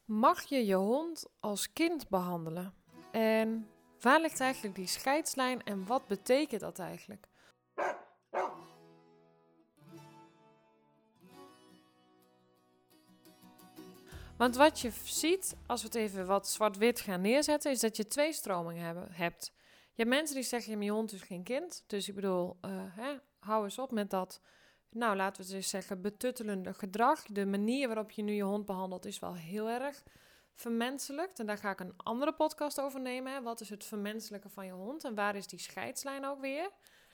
Mag je je hond als kind behandelen? En waar ligt eigenlijk die scheidslijn en wat betekent dat eigenlijk? Want wat je ziet, als we het even wat zwart-wit gaan neerzetten, is dat je twee stromingen hebt. Je hebt mensen die zeggen, je hond is geen kind. Dus ik bedoel, hou eens op met dat, nou laten we eens zeggen, betuttelende gedrag. De manier waarop je nu je hond behandelt is wel heel erg vermenselijkt. En daar ga ik een andere podcast over nemen. Hè. Wat is het vermenselijken van je hond en waar is die scheidslijn ook weer?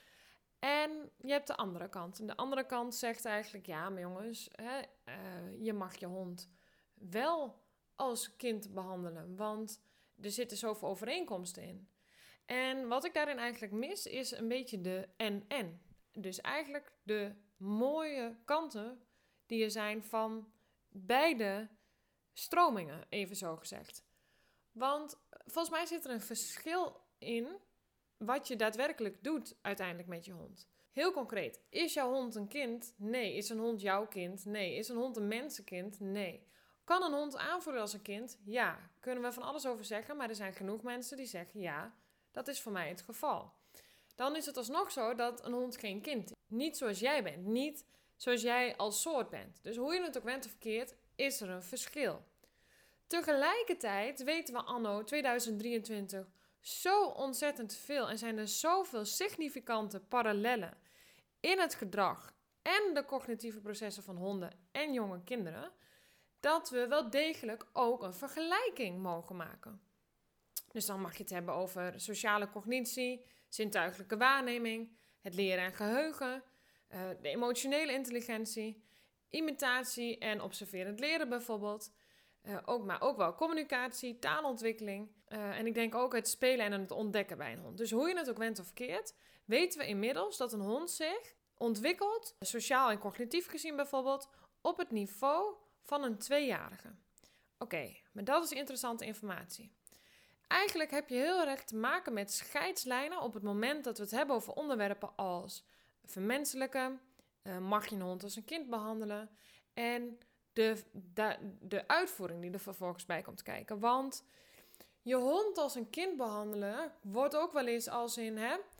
En je hebt de andere kant. En de andere kant zegt eigenlijk, ja, maar jongens, je mag je hond wel als kind behandelen, want er zitten zoveel overeenkomsten in. En wat ik daarin eigenlijk mis, is een beetje de en. Dus eigenlijk de mooie kanten die er zijn van beide stromingen, even zo gezegd. Want volgens mij zit er een verschil in wat je daadwerkelijk doet uiteindelijk met je hond. Heel concreet, is jouw hond een kind? Nee. Is een hond jouw kind? Nee. Is een hond een mensenkind? Nee. Kan een hond aanvoelen als een kind? Ja. Kunnen we van alles over zeggen, maar er zijn genoeg mensen die zeggen ja, dat is voor mij het geval. Dan is het alsnog zo dat een hond geen kind is. Niet zoals jij bent, niet zoals jij als soort bent. Dus hoe je het ook went of verkeerd, is er een verschil. Tegelijkertijd weten we anno 2023 zo ontzettend veel en zijn er zoveel significante parallellen in het gedrag en de cognitieve processen van honden en jonge kinderen, dat we wel degelijk ook een vergelijking mogen maken. Dus dan mag je het hebben over sociale cognitie, zintuigelijke waarneming, het leren en geheugen, de emotionele intelligentie, imitatie en observerend leren bijvoorbeeld. Maar ook wel communicatie, taalontwikkeling. En ik denk ook het spelen en het ontdekken bij een hond. Dus hoe je het ook went of keert, weten we inmiddels dat een hond zich ontwikkelt, sociaal en cognitief gezien bijvoorbeeld, op het niveau van een 2-jarige. Oké, maar dat is interessante informatie. Eigenlijk heb je heel erg te maken met scheidslijnen op het moment dat we het hebben over onderwerpen als vermenselijken, mag je een hond als een kind behandelen en de uitvoering die er vervolgens bij komt kijken. Want je hond als een kind behandelen wordt ook wel eens als in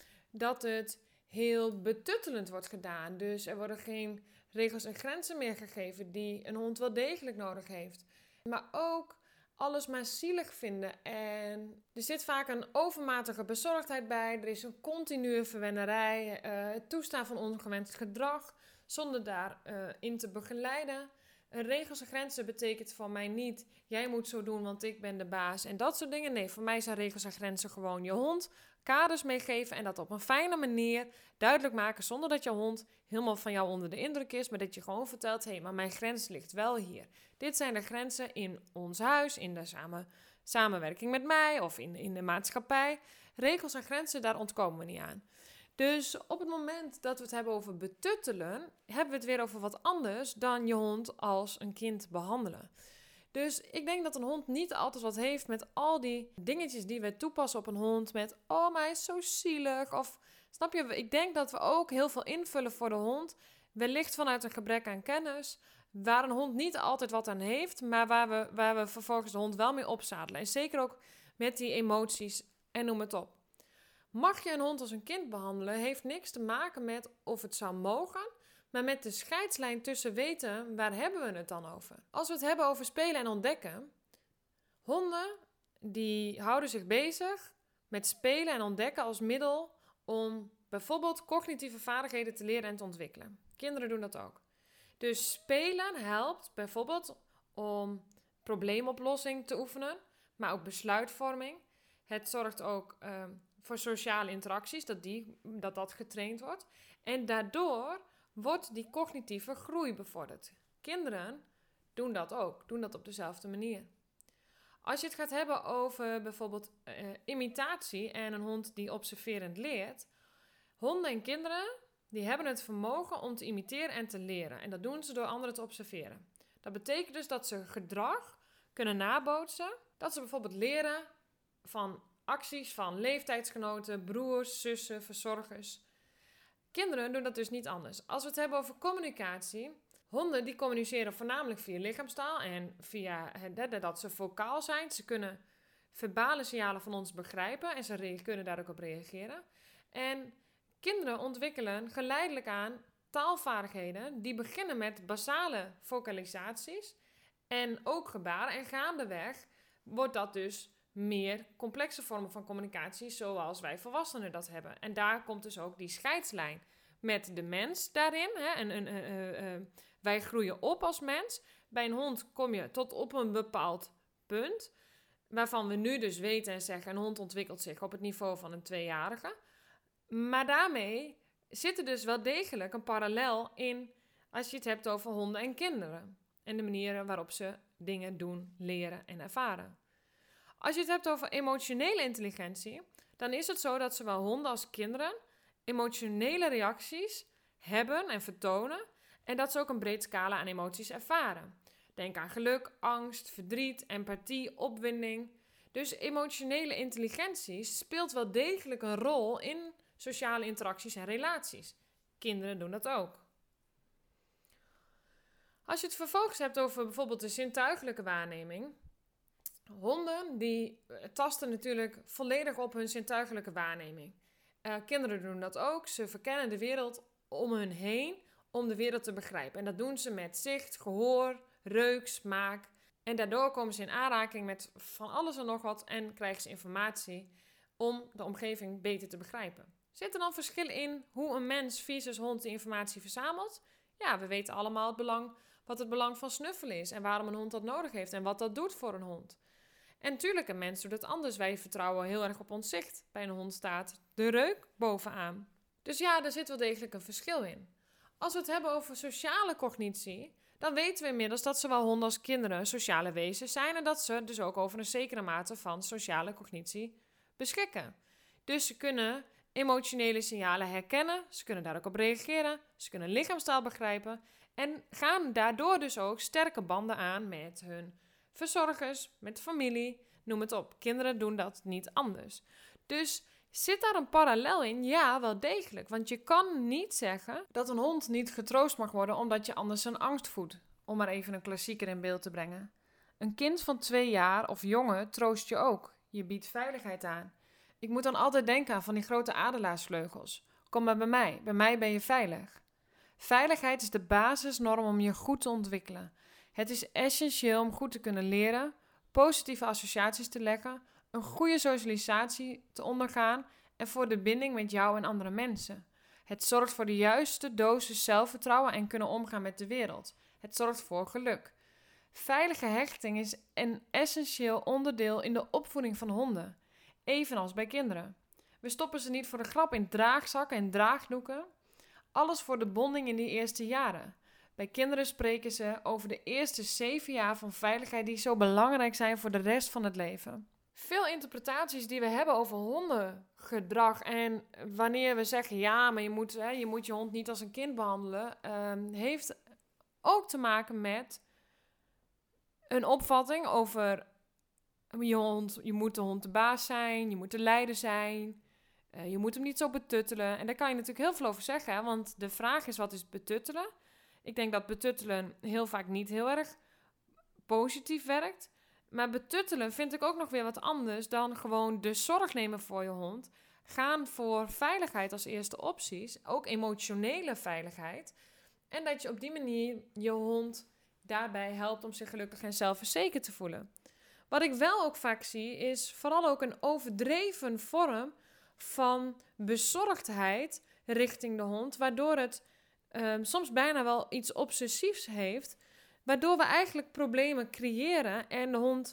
dat het heel betuttelend wordt gedaan. Dus er worden geen regels en grenzen meer gegeven die een hond wel degelijk nodig heeft. Maar ook alles maar zielig vinden. En er zit vaak een overmatige bezorgdheid bij. Er is een continue verwennerij. Het toestaan van ongewenst gedrag zonder daarin te begeleiden. Regels en grenzen betekent voor mij niet, jij moet zo doen, want ik ben de baas en dat soort dingen. Nee, voor mij zijn regels en grenzen gewoon je hond kaders meegeven en dat op een fijne manier duidelijk maken, zonder dat je hond helemaal van jou onder de indruk is, maar dat je gewoon vertelt, hé, maar mijn grens ligt wel hier. Dit zijn de grenzen in ons huis, in de samenwerking met mij of in de maatschappij. Regels en grenzen, daar ontkomen we niet aan. Dus op het moment dat we het hebben over betuttelen, hebben we het weer over wat anders dan je hond als een kind behandelen. Dus ik denk dat een hond niet altijd wat heeft met al die dingetjes die we toepassen op een hond. Met, oh, maar hij is zo zielig. Of, snap je, ik denk dat we ook heel veel invullen voor de hond. Wellicht vanuit een gebrek aan kennis. Waar een hond niet altijd wat aan heeft, maar waar we vervolgens de hond wel mee opzadelen. En zeker ook met die emoties en noem het op. Mag je een hond als een kind behandelen, heeft niks te maken met of het zou mogen, maar met de scheidslijn tussen weten, waar hebben we het dan over? Als we het hebben over spelen en ontdekken, honden die houden zich bezig met spelen en ontdekken als middel om bijvoorbeeld cognitieve vaardigheden te leren en te ontwikkelen. Kinderen doen dat ook. Dus spelen helpt bijvoorbeeld om probleemoplossing te oefenen, maar ook besluitvorming. Het zorgt ook voor sociale interacties, dat getraind wordt. En daardoor wordt die cognitieve groei bevorderd. Kinderen doen dat ook, doen dat op dezelfde manier. Als je het gaat hebben over bijvoorbeeld imitatie en een hond die observerend leert. Honden en kinderen die hebben het vermogen om te imiteren en te leren. En dat doen ze door anderen te observeren. Dat betekent dus dat ze gedrag kunnen nabootsen. Dat ze bijvoorbeeld leren van acties van leeftijdsgenoten, broers, zussen, verzorgers. Kinderen doen dat dus niet anders. Als we het hebben over communicatie. Honden die communiceren voornamelijk via lichaamstaal en via dat ze vocaal zijn. Ze kunnen verbale signalen van ons begrijpen en ze kunnen daar ook op reageren. En kinderen ontwikkelen geleidelijk aan taalvaardigheden die beginnen met basale vocalisaties en ook gebaren. En gaandeweg wordt dat dus meer complexe vormen van communicatie zoals wij volwassenen dat hebben. En daar komt dus ook die scheidslijn met de mens daarin. Wij groeien op als mens. Bij een hond kom je tot op een bepaald punt, waarvan we nu dus weten en zeggen, een hond ontwikkelt zich op het niveau van een 2-jarige. Maar daarmee zit er dus wel degelijk een parallel in als je het hebt over honden en kinderen. En de manieren waarop ze dingen doen, leren en ervaren. Als je het hebt over emotionele intelligentie, dan is het zo dat zowel honden als kinderen emotionele reacties hebben en vertonen en dat ze ook een breed scala aan emoties ervaren. Denk aan geluk, angst, verdriet, empathie, opwinding. Dus emotionele intelligentie speelt wel degelijk een rol in sociale interacties en relaties. Kinderen doen dat ook. Als je het vervolgens hebt over bijvoorbeeld de zintuigelijke waarneming. Honden die tasten natuurlijk volledig op hun zintuigelijke waarneming. Kinderen doen dat ook. Ze verkennen de wereld om hun heen om de wereld te begrijpen. En dat doen ze met zicht, gehoor, reuk, smaak. En daardoor komen ze in aanraking met van alles en nog wat en krijgen ze informatie om de omgeving beter te begrijpen. Zit er dan verschil in hoe een mens versus hond die informatie verzamelt? Ja, we weten allemaal wat het belang van snuffelen is en waarom een hond dat nodig heeft en wat dat doet voor een hond. En natuurlijk, een mens doet het anders. Wij vertrouwen heel erg op ons zicht. Bij een hond staat de reuk bovenaan. Dus ja, er zit wel degelijk een verschil in. Als we het hebben over sociale cognitie, dan weten we inmiddels dat zowel honden als kinderen sociale wezens zijn en dat ze dus ook over een zekere mate van sociale cognitie beschikken. Dus ze kunnen emotionele signalen herkennen, ze kunnen daar ook op reageren, ze kunnen lichaamstaal begrijpen en gaan daardoor dus ook sterke banden aan met hun verzorgers, met familie, noem het op. Kinderen doen dat niet anders. Dus zit daar een parallel in? Ja, wel degelijk. Want je kan niet zeggen dat een hond niet getroost mag worden omdat je anders een angst voedt. Om maar even een klassieker in beeld te brengen. Een kind van 2 jaar of jonger troost je ook. Je biedt veiligheid aan. Ik moet dan altijd denken aan van die grote adelaarsvleugels. Kom maar bij mij. Bij mij ben je veilig. Veiligheid is de basisnorm om je goed te ontwikkelen. Het is essentieel om goed te kunnen leren, positieve associaties te leggen, een goede socialisatie te ondergaan en voor de binding met jou en andere mensen. Het zorgt voor de juiste dosis zelfvertrouwen en kunnen omgaan met de wereld. Het zorgt voor geluk. Veilige hechting is een essentieel onderdeel in de opvoeding van honden, evenals bij kinderen. We stoppen ze niet voor de grap in draagzakken en draagdoeken. Alles voor de bonding in die eerste jaren. Bij kinderen spreken ze over de eerste 7 jaar van veiligheid die zo belangrijk zijn voor de rest van het leven. Veel interpretaties die we hebben over hondengedrag en wanneer we zeggen ja, maar je moet je hond niet als een kind behandelen, heeft ook te maken met een opvatting over je hond. Je moet de hond de baas zijn, je moet de leider zijn, je moet hem niet zo betuttelen. En daar kan je natuurlijk heel veel over zeggen, hè? Want de vraag is, wat is betuttelen? Ik denk dat betuttelen heel vaak niet heel erg positief werkt. Maar betuttelen vind ik ook nog weer wat anders dan gewoon de zorg nemen voor je hond. Gaan voor veiligheid als eerste opties, ook emotionele veiligheid. En dat je op die manier je hond daarbij helpt om zich gelukkig en zelfverzekerd te voelen. Wat ik wel ook vaak zie is vooral ook een overdreven vorm van bezorgdheid richting de hond, waardoor het soms bijna wel iets obsessiefs heeft, waardoor we eigenlijk problemen creëren en de hond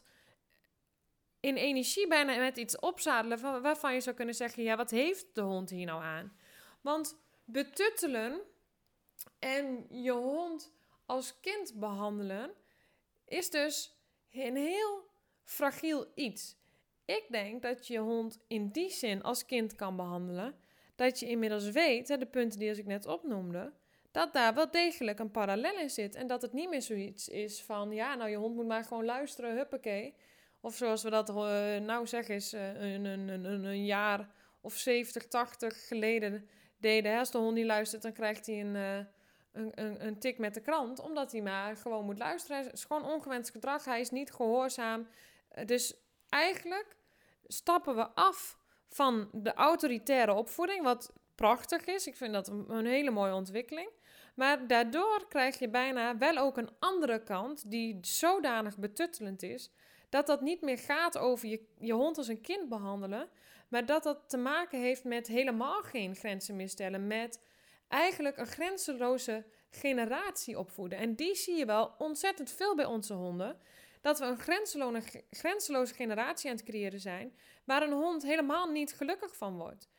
in energie bijna met iets opzadelen waarvan je zou kunnen zeggen, ja, wat heeft de hond hier nou aan? Want betuttelen en je hond als kind behandelen is dus een heel fragiel iets. Ik denk dat je je hond in die zin als kind kan behandelen, dat je inmiddels weet, de punten die ik net opnoemde, dat daar wel degelijk een parallel in zit. En dat het niet meer zoiets is van, ja, nou, je hond moet maar gewoon luisteren, huppakee. Of zoals we dat nou zeggen is een jaar of 70, 80 geleden deden. Hè? Als de hond niet luistert, dan krijgt hij een tik met de krant, omdat hij maar gewoon moet luisteren. Het is gewoon ongewenst gedrag, hij is niet gehoorzaam. Dus eigenlijk stappen we af van de autoritaire opvoeding, wat prachtig is. Ik vind dat een hele mooie ontwikkeling. Maar daardoor krijg je bijna wel ook een andere kant die zodanig betuttelend is, dat niet meer gaat over je hond als een kind behandelen, maar dat te maken heeft met helemaal geen grenzen meer stellen, met eigenlijk een grenzeloze generatie opvoeden. En die zie je wel ontzettend veel bij onze honden, dat we een grenzeloze generatie aan het creëren zijn, waar een hond helemaal niet gelukkig van wordt.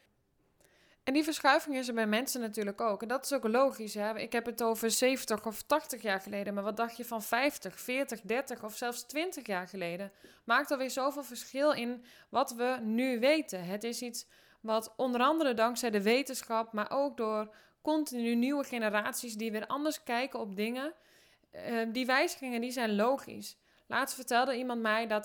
En die verschuiving is er bij mensen natuurlijk ook. En dat is ook logisch. Hè? Ik heb het over 70 of 80 jaar geleden. Maar wat dacht je van 50, 40, 30 of zelfs 20 jaar geleden? Maakt alweer zoveel verschil in wat we nu weten. Het is iets wat onder andere dankzij de wetenschap, maar ook door continu nieuwe generaties die weer anders kijken op dingen. Die wijzigingen die zijn logisch. Laatst vertelde iemand mij dat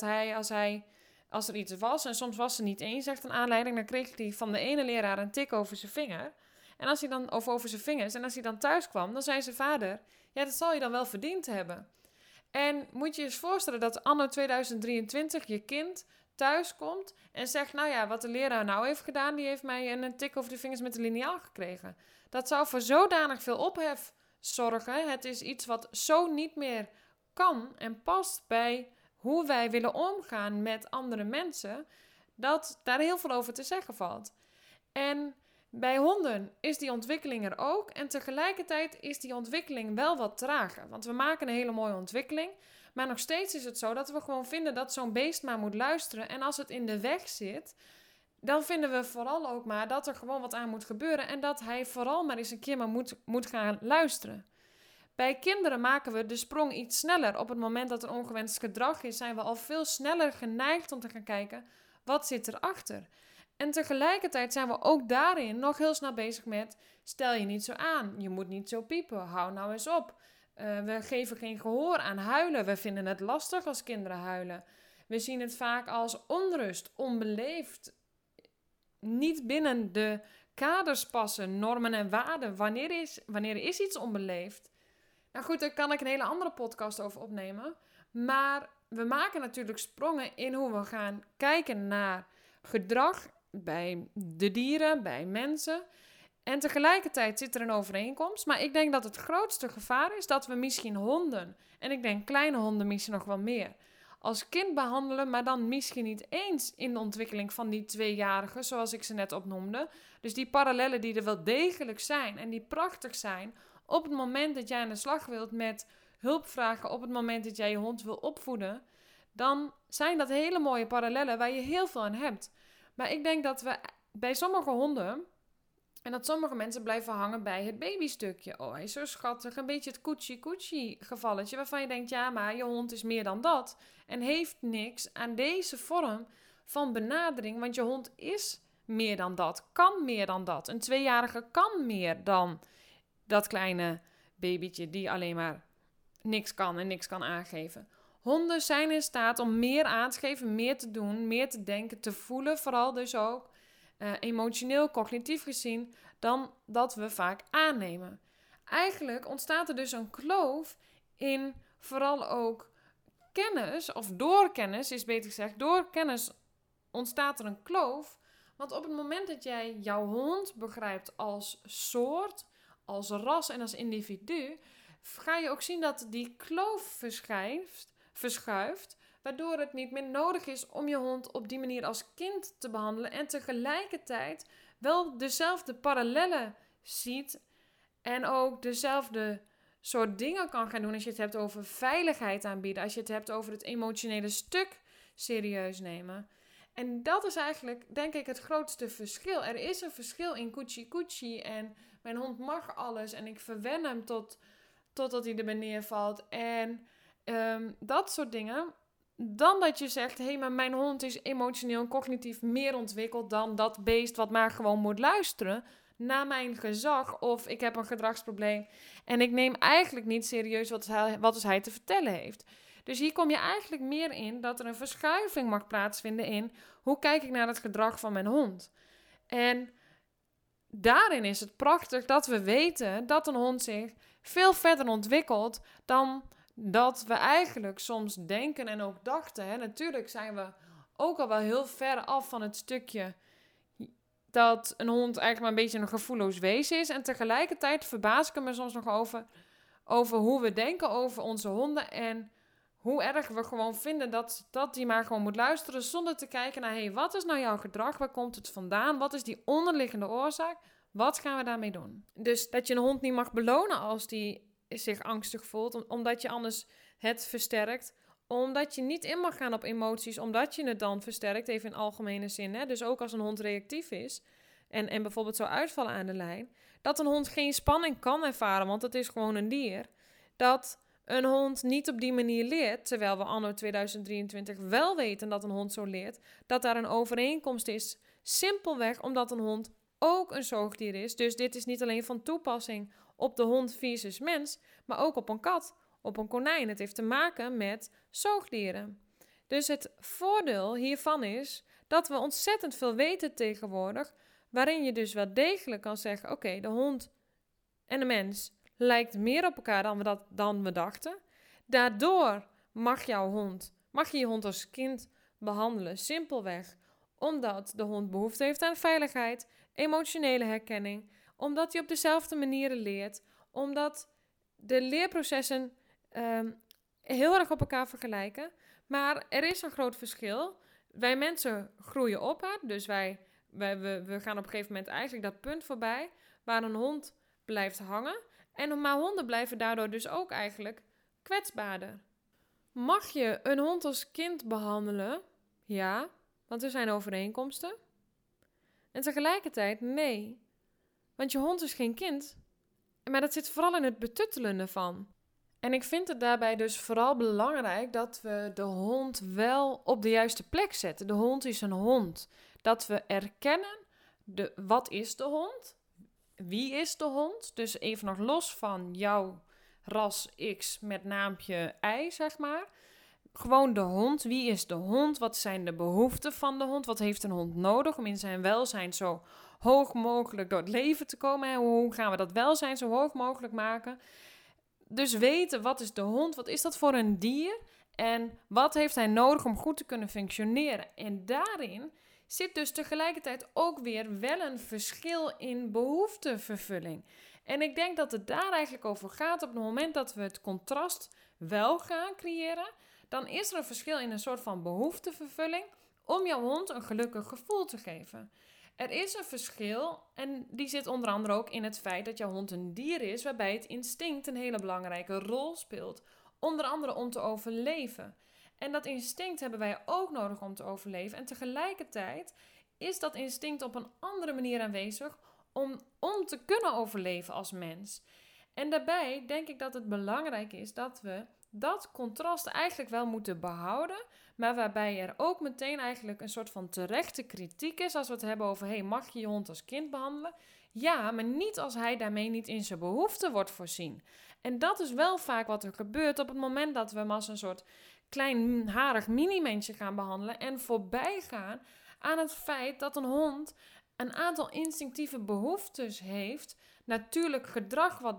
als er iets was, en soms was er niet eens echt een aanleiding, dan kreeg hij van de ene leraar een tik over zijn vinger. En als hij dan, of over zijn vingers. En als hij dan thuis kwam, dan zei zijn vader, ja, dat zal je dan wel verdiend hebben. En moet je je eens voorstellen dat anno 2023 je kind thuis komt en zegt, nou ja, wat de leraar nou heeft gedaan, die heeft mij een tik over de vingers met de liniaal gekregen. Dat zou voor zodanig veel ophef zorgen. Het is iets wat zo niet meer kan en past bij hoe wij willen omgaan met andere mensen, dat daar heel veel over te zeggen valt. En bij honden is die ontwikkeling er ook. En tegelijkertijd is die ontwikkeling wel wat trager. Want we maken een hele mooie ontwikkeling. Maar nog steeds is het zo dat we gewoon vinden dat zo'n beest maar moet luisteren. En als het in de weg zit, dan vinden we vooral ook maar dat er gewoon wat aan moet gebeuren. En dat hij vooral maar eens een keer maar moet gaan luisteren. Bij kinderen maken we de sprong iets sneller. Op het moment dat er ongewenst gedrag is, zijn we al veel sneller geneigd om te gaan kijken, wat zit erachter? En tegelijkertijd zijn we ook daarin nog heel snel bezig met, stel je niet zo aan, je moet niet zo piepen, hou nou eens op. We geven geen gehoor aan huilen, we vinden het lastig als kinderen huilen. We zien het vaak als onrust, onbeleefd, niet binnen de kaders passen, normen en waarden. Wanneer is iets onbeleefd? Nou goed, daar kan ik een hele andere podcast over opnemen. Maar we maken natuurlijk sprongen in hoe we gaan kijken naar gedrag bij de dieren, bij mensen. En tegelijkertijd zit er een overeenkomst. Maar ik denk dat het grootste gevaar is dat we misschien honden, en ik denk kleine honden misschien nog wel meer, als kind behandelen, maar dan misschien niet eens in de ontwikkeling van die 2-jarigen, zoals ik ze net opnoemde. Dus die parallellen die er wel degelijk zijn en die prachtig zijn, op het moment dat jij aan de slag wilt met hulpvragen, op het moment dat jij je hond wil opvoeden, dan zijn dat hele mooie parallellen waar je heel veel aan hebt. Maar ik denk dat we bij sommige honden, en dat sommige mensen blijven hangen bij het babystukje. Oh, hij is zo schattig. Een beetje het koetsie-koetsie gevalletje, waarvan je denkt, ja, maar je hond is meer dan dat. En heeft niks aan deze vorm van benadering, want je hond is meer dan dat, kan meer dan dat. Een 2-jarige kan meer dan dat kleine babytje die alleen maar niks kan en niks kan aangeven. Honden zijn in staat om meer aan te geven, meer te doen, meer te denken, te voelen, vooral dus ook emotioneel, cognitief gezien, dan dat we vaak aannemen. Eigenlijk ontstaat er dus een kloof in vooral ook kennis, of door kennis is beter gezegd, door kennis ontstaat er een kloof. Want op het moment dat jij jouw hond begrijpt als soort, als ras en als individu, ga je ook zien dat die kloof verschuift, waardoor het niet meer nodig is om je hond op die manier als kind te behandelen en tegelijkertijd wel dezelfde parallellen ziet en ook dezelfde soort dingen kan gaan doen als je het hebt over veiligheid aanbieden, als je het hebt over het emotionele stuk serieus nemen. En dat is eigenlijk, denk ik, het grootste verschil. Er is een verschil in koetsie en mijn hond mag alles en ik verwen hem totdat hij erbij neervalt. En dat soort dingen. Dan dat je zegt, hé, maar mijn hond is emotioneel en cognitief meer ontwikkeld dan dat beest wat maar gewoon moet luisteren naar mijn gezag. Of ik heb een gedragsprobleem en ik neem eigenlijk niet serieus wat hij te vertellen heeft. Dus hier kom je eigenlijk meer in dat er een verschuiving mag plaatsvinden in hoe kijk ik naar het gedrag van mijn hond. En daarin is het prachtig dat we weten dat een hond zich veel verder ontwikkeld dan dat we eigenlijk soms denken en ook dachten. Hè. Natuurlijk zijn we ook al wel heel ver af van het stukje dat een hond eigenlijk maar een beetje een gevoelloos wezen is. En tegelijkertijd verbaas ik me soms nog over hoe we denken over onze honden en hoe erg we gewoon vinden dat die maar gewoon moet luisteren zonder te kijken naar, wat is nou jouw gedrag? Waar komt het vandaan? Wat is die onderliggende oorzaak? Wat gaan we daarmee doen? Dus dat je een hond niet mag belonen als die zich angstig voelt, omdat je anders het versterkt. Omdat je niet in mag gaan op emoties, omdat je het dan versterkt, even in algemene zin. Hè? Dus ook als een hond reactief is en bijvoorbeeld zou uitvallen aan de lijn, dat een hond geen spanning kan ervaren, want het is gewoon een dier. Dat een hond niet op die manier leert, terwijl we anno 2023 wel weten dat een hond zo leert, dat daar een overeenkomst is, simpelweg omdat een hond ook een zoogdier is. Dus dit is niet alleen van toepassing op de hond versus mens, maar ook op een kat, op een konijn. Het heeft te maken met zoogdieren. Dus het voordeel hiervan is dat we ontzettend veel weten tegenwoordig, waarin je dus wel degelijk kan zeggen, oké, de hond en de mens lijkt meer op elkaar dan we dachten. Daardoor mag je je hond als kind behandelen, simpelweg omdat de hond behoefte heeft aan veiligheid, emotionele herkenning, omdat hij op dezelfde manieren leert, omdat de leerprocessen heel erg op elkaar vergelijken. Maar er is een groot verschil. Wij mensen groeien op, hè? Dus we gaan op een gegeven moment eigenlijk dat punt voorbij waar een hond blijft hangen. Maar honden blijven daardoor dus ook eigenlijk kwetsbaarder. Mag je een hond als kind behandelen? Ja, want er zijn overeenkomsten. En tegelijkertijd nee. Want je hond is geen kind. Maar dat zit vooral in het betuttelen ervan. En ik vind het daarbij dus vooral belangrijk dat we de hond wel op de juiste plek zetten. De hond is een hond. Dat we erkennen, wat is de hond? Wie is de hond? Dus even nog los van jouw ras X met naampje Y, zeg maar. Gewoon de hond. Wie is de hond? Wat zijn de behoeften van de hond? Wat heeft een hond nodig om in zijn welzijn zo hoog mogelijk door het leven te komen? En hoe gaan we dat welzijn zo hoog mogelijk maken? Dus weten, wat is de hond? Wat is dat voor een dier? En wat heeft hij nodig om goed te kunnen functioneren? En daarin zit dus tegelijkertijd ook weer wel een verschil in behoeftevervulling. En ik denk dat het daar eigenlijk over gaat op het moment dat we het contrast wel gaan creëren. Dan is er een verschil in een soort van behoeftevervulling om jouw hond een gelukkig gevoel te geven. Er is een verschil en die zit onder andere ook in het feit dat jouw hond een dier is waarbij het instinct een hele belangrijke rol speelt. Onder andere om te overleven. En dat instinct hebben wij ook nodig om te overleven. En tegelijkertijd is dat instinct op een andere manier aanwezig om te kunnen overleven als mens. En daarbij denk ik dat het belangrijk is dat we dat contrast eigenlijk wel moeten behouden, maar waarbij er ook meteen eigenlijk een soort van terechte kritiek is als we het hebben over, mag je je hond als kind behandelen? Ja, maar niet als hij daarmee niet in zijn behoeften wordt voorzien. En dat is wel vaak wat er gebeurt op het moment dat we hem als een soort klein harig mini-mensje gaan behandelen en voorbij gaan aan het feit dat een hond een aantal instinctieve behoeftes heeft, natuurlijk gedrag wat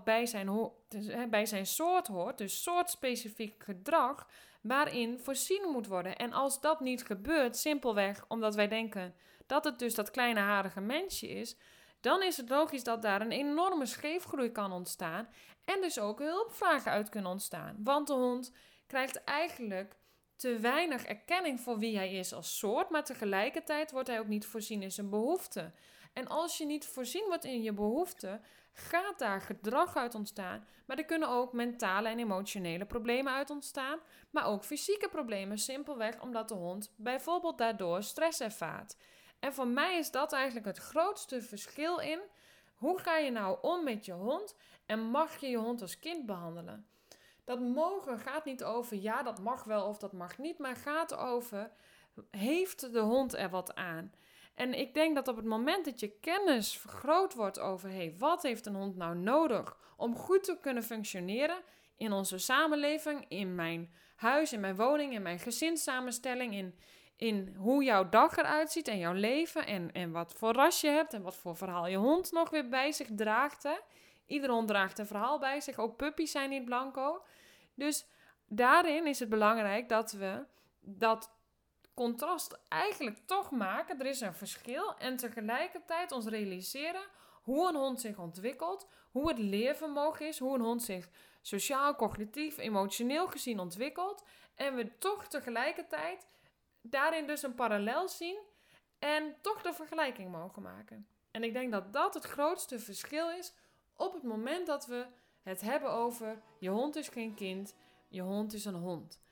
bij zijn soort hoort, dus soortspecifiek gedrag, waarin voorzien moet worden. En als dat niet gebeurt, simpelweg omdat wij denken dat het dus dat kleine harige mensje is, dan is het logisch dat daar een enorme scheefgroei kan ontstaan en dus ook hulpvragen uit kunnen ontstaan. Want de hond krijgt eigenlijk te weinig erkenning voor wie hij is als soort, maar tegelijkertijd wordt hij ook niet voorzien in zijn behoeften. En als je niet voorzien wordt in je behoeften, gaat daar gedrag uit ontstaan. Maar er kunnen ook mentale en emotionele problemen uit ontstaan, maar ook fysieke problemen, simpelweg omdat de hond bijvoorbeeld daardoor stress ervaart. En voor mij is dat eigenlijk het grootste verschil in, hoe ga je nou om met je hond en mag je je hond als kind behandelen? Dat mogen gaat niet over, ja dat mag wel of dat mag niet, maar gaat over, heeft de hond er wat aan? En ik denk dat op het moment dat je kennis vergroot wordt over, wat heeft een hond nou nodig om goed te kunnen functioneren in onze samenleving, in mijn huis, in mijn woning, in mijn gezinssamenstelling, in hoe jouw dag eruit ziet en jouw leven en wat voor ras je hebt en wat voor verhaal je hond nog weer bij zich draagt. Hè? Ieder hond draagt een verhaal bij zich. Ook puppies zijn niet blanco. Dus daarin is het belangrijk dat we dat contrast eigenlijk toch maken. Er is een verschil. En tegelijkertijd ons realiseren hoe een hond zich ontwikkelt. Hoe het leervermogen is. Hoe een hond zich sociaal, cognitief, emotioneel gezien ontwikkelt. En we toch tegelijkertijd daarin dus een parallel zien. En toch de vergelijking mogen maken. En ik denk dat dat het grootste verschil is op het moment dat we het hebben over je hond is geen kind, je hond is een hond.